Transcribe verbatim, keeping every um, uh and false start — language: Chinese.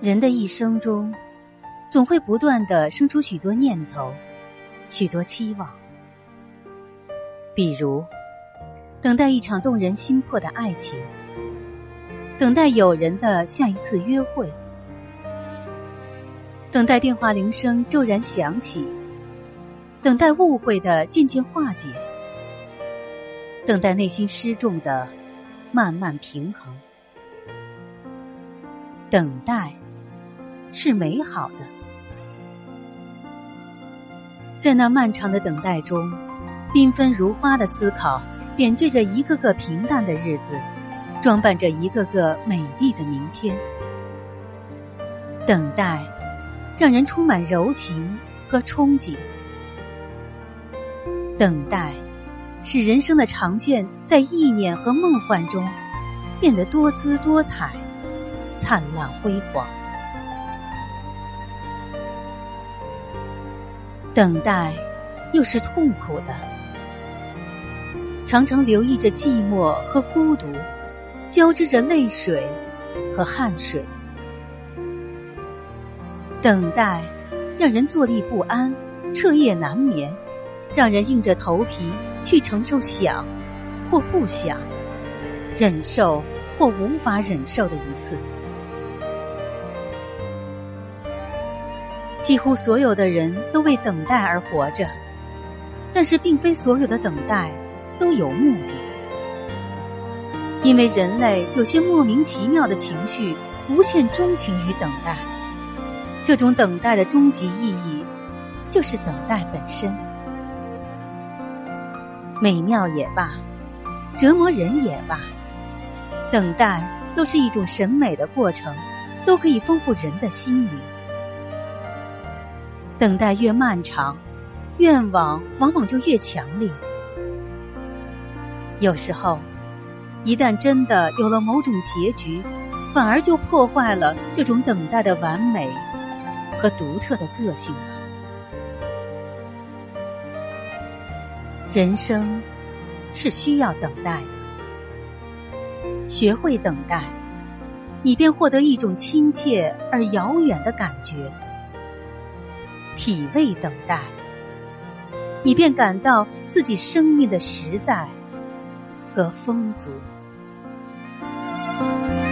人的一生中，总会不断地生出许多念头，许多期望。比如，等待一场动人心魄的爱情，等待友人的下一次约会，等待电话铃声骤然响起，等待误会的渐渐化解，等待内心失重的慢慢平衡。等待是美好的，在那漫长的等待中，缤纷如花的思考点缀着一个个平淡的日子，装扮着一个个美丽的明天。等待让人充满柔情和憧憬，等待使人生的长卷在意念和梦幻中变得多姿多彩，灿烂辉煌。等待又是痛苦的，常常留意着寂寞和孤独，交织着泪水和汗水。等待让人坐立不安，彻夜难眠，让人硬着头皮去承受想或不想，忍受或无法忍受的一次。几乎所有的人都为等待而活着，但是并非所有的等待都有目的。因为人类有些莫名其妙的情绪无限钟情于等待，这种等待的终极意义就是等待本身。美妙也罢，折磨人也罢，等待都是一种审美的过程，都可以丰富人的心灵。等待越漫长，愿望往往就越强烈。有时候，一旦真的有了某种结局，反而就破坏了这种等待的完美和独特的个性了。人生是需要等待的，学会等待，你便获得一种亲切而遥远的感觉；体味等待，你便感到自己生命的实在和丰足。